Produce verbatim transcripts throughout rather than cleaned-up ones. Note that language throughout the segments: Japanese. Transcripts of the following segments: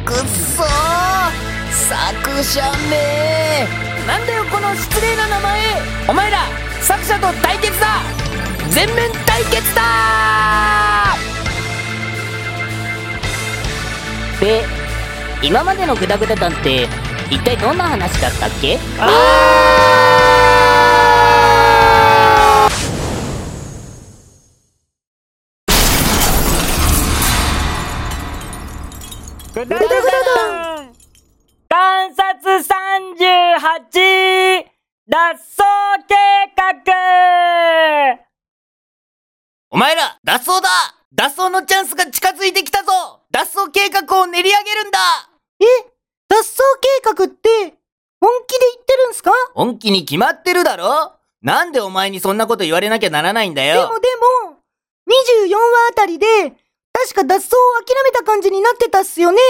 くっそー、作者めー。 なんだよこの失礼な名前。お前ら作者と対決だ。全面対決だー。で、今までのグダグダ団って一体どんな話だったっけ？あーグダグダ団観察さんじゅうはち脱走計画。 お前ら脱走だ。脱走のチャンスが近づいてきたぞ。脱走計画を練り上げるんだ。 え、脱走計画って本気で言ってるんすか？ 本気に決まってるだろ。なんでお前にそんなこと言われなきゃならないんだよ。 でもでもにじゅうよんわあたりで確か脱走を諦めた感じになってたっすよね。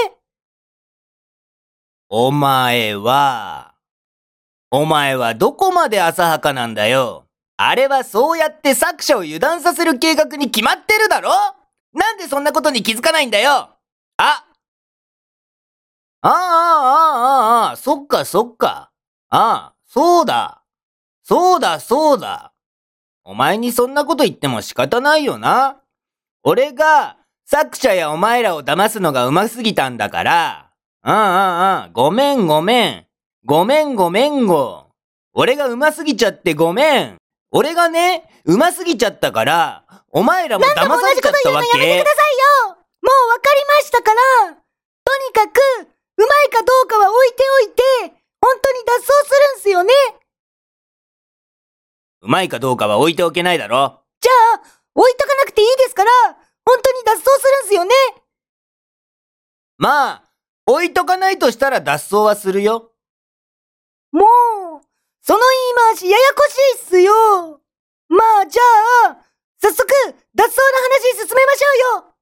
お前はお前はどこまで浅はかなんだよ。あれはそうやって作者を油断させる計画に決まってるだろ。なんでそんなことに気づかないんだよ。ああああああああ、そっかそっか。ああ、そうだ。そうだそうだ。お前にそんなこと言っても仕方ないよな。俺が作者やお前らを騙すのが上手すぎたんだから。うんうんうん。ごめんごめん。ごめんごめんご。俺が上手すぎちゃってごめん。俺がね、上手すぎちゃったから、お前らも騙されちゃったわけ。 何度も同じこと言うのやめてくださいよ。もうわかりましたから。とにかく、うまいかどうかは置いておいて、本当に脱走するんすよね。 うまいかどうかは置いておけないだろ。 じゃあ、置いとかなくていいですから、本当に脱走するんすよね。 まあ、置いとかないとしたら脱走はするよ。 もう、その言い回しややこしいっすよ。まあ、じゃあ、早速、脱走の話進めましょうよ。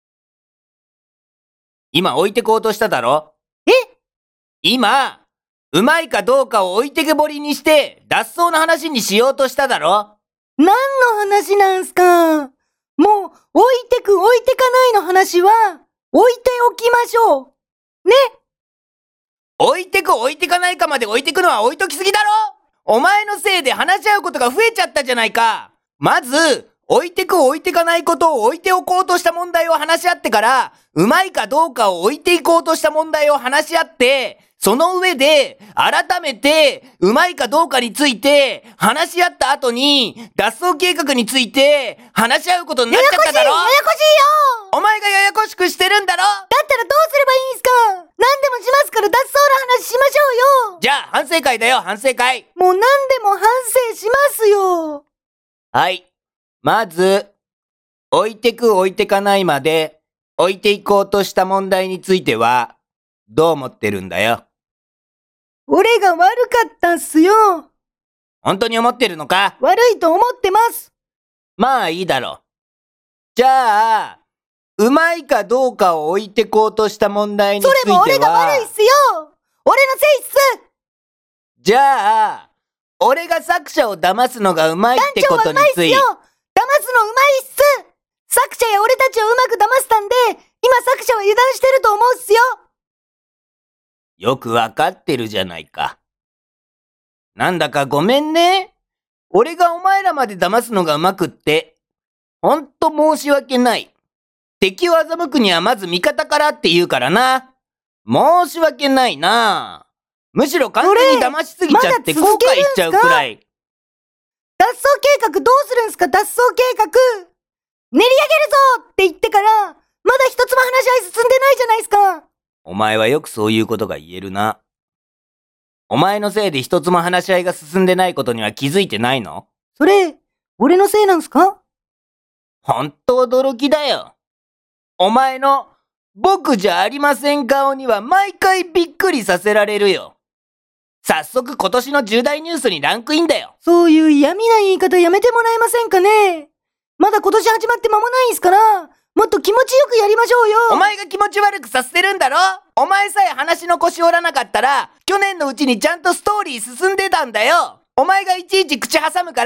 今置いてこうとしただろ。 え？ 今、うまいかどうかを置いてけぼりにして、脱走の話にしようとしただろ。 何の話なんすか？もう、置いてく置いてかないの話は、置いておきましょう。ね？ 置いてく置いてかないかまで置いてくのは置いときすぎだろ。お前のせいで話し合うことが増えちゃったじゃないか。まず、置いてく置いてかないことを置いておこうとした問題を話し合ってから、うまいかどうかを置いていこうとした問題を話し合って、その上で、改めて、うまいかどうかについて、話し合った後に、脱走計画について、話し合うことになっちゃっただろ。 ややこしいややこしいよ。 お前がややこしくしてるんだろ。だったらどうすればいいんすか？何でもしますから脱走の話しましょうよ。 じゃあ、反省会だよ、反省会。 もう何でも反省しますよ。 はい。まず、置いてく置いてかないまで、置いていこうとした問題については、どう思ってるんだよ。 俺が悪かったんすよ。 本当に思ってるのか？ 悪いと思ってます。 まあいいだろう。じゃあ、うまいかどうかを置いてこうとした問題については。 それも俺が悪いっすよ。俺のせいっす。 じゃあ、俺が作者を騙すのがうまいってことについて。 団長はうまいっすよ。騙すのうまいっす。作者や俺たちをうまく騙したんで、今作者は油断してると思うっすよ。 よくわかってるじゃないか。なんだかごめんね。俺がお前らまで騙すのがうまくって。ほんと申し訳ない。敵を欺くにはまず味方からって言うからな。申し訳ないな。むしろ完全に騙しすぎちゃって後悔しちゃうくらい。 脱走計画どうするんすか？脱走計画練り上げるぞって言ってから、まだ一つも話し合い進んでないじゃないですか。 お前はよくそういうことが言えるな。お前のせいで一つも話し合いが進んでないことには気づいてないの？ それ、俺のせいなんすか？ ほんと驚きだよ。お前の僕じゃありません顔には毎回びっくりさせられるよ。早速今年の重大ニュースにランクインだよ。 そういう嫌味な言い方やめてもらえませんかね。まだ今年始まって間もないんすから、もっと気持ちよくやりましょうよ。 お前が気持ち悪くさせてるんだろ。お前さえ話の腰折らなかったら、去年のうちにちゃんとストーリー進んでたんだよ。お前がいちいち口挟むから、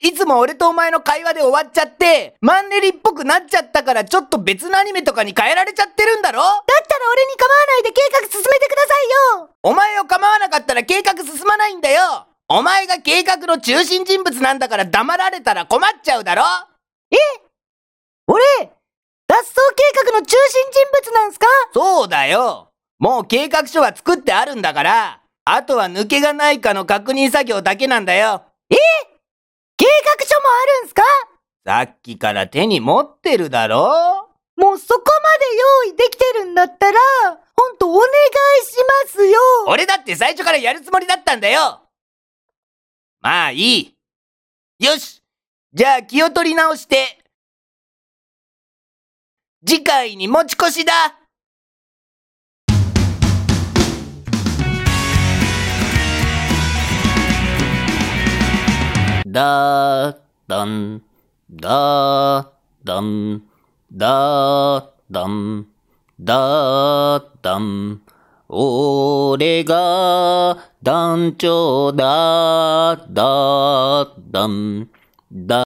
いつも俺とお前の会話で終わっちゃって、マンネリっぽくなっちゃったからちょっと別のアニメとかに変えられちゃってるんだろ？ だったら俺に構わないで計画進めてくださいよ。 お前を構わなかったら計画進まないんだよ。お前が計画の中心人物なんだから黙られたら困っちゃうだろ？ え？俺、脱走計画の中心人物なんすか？ そうだよ。もう計画書は作ってあるんだから、あとは抜けがないかの確認作業だけなんだよ。 え？計画書もあるんすか？ さっきから手に持ってるだろ？ もうそこまで用意できてるんだったら、ほんとお願いしますよ。 俺だって最初からやるつもりだったんだよ。まあいい。よし。じゃあ気を取り直して、次回に持ち越しだ。 だーだん、だーだん、だーだん、だーだん。俺が団長だーだーだん、だ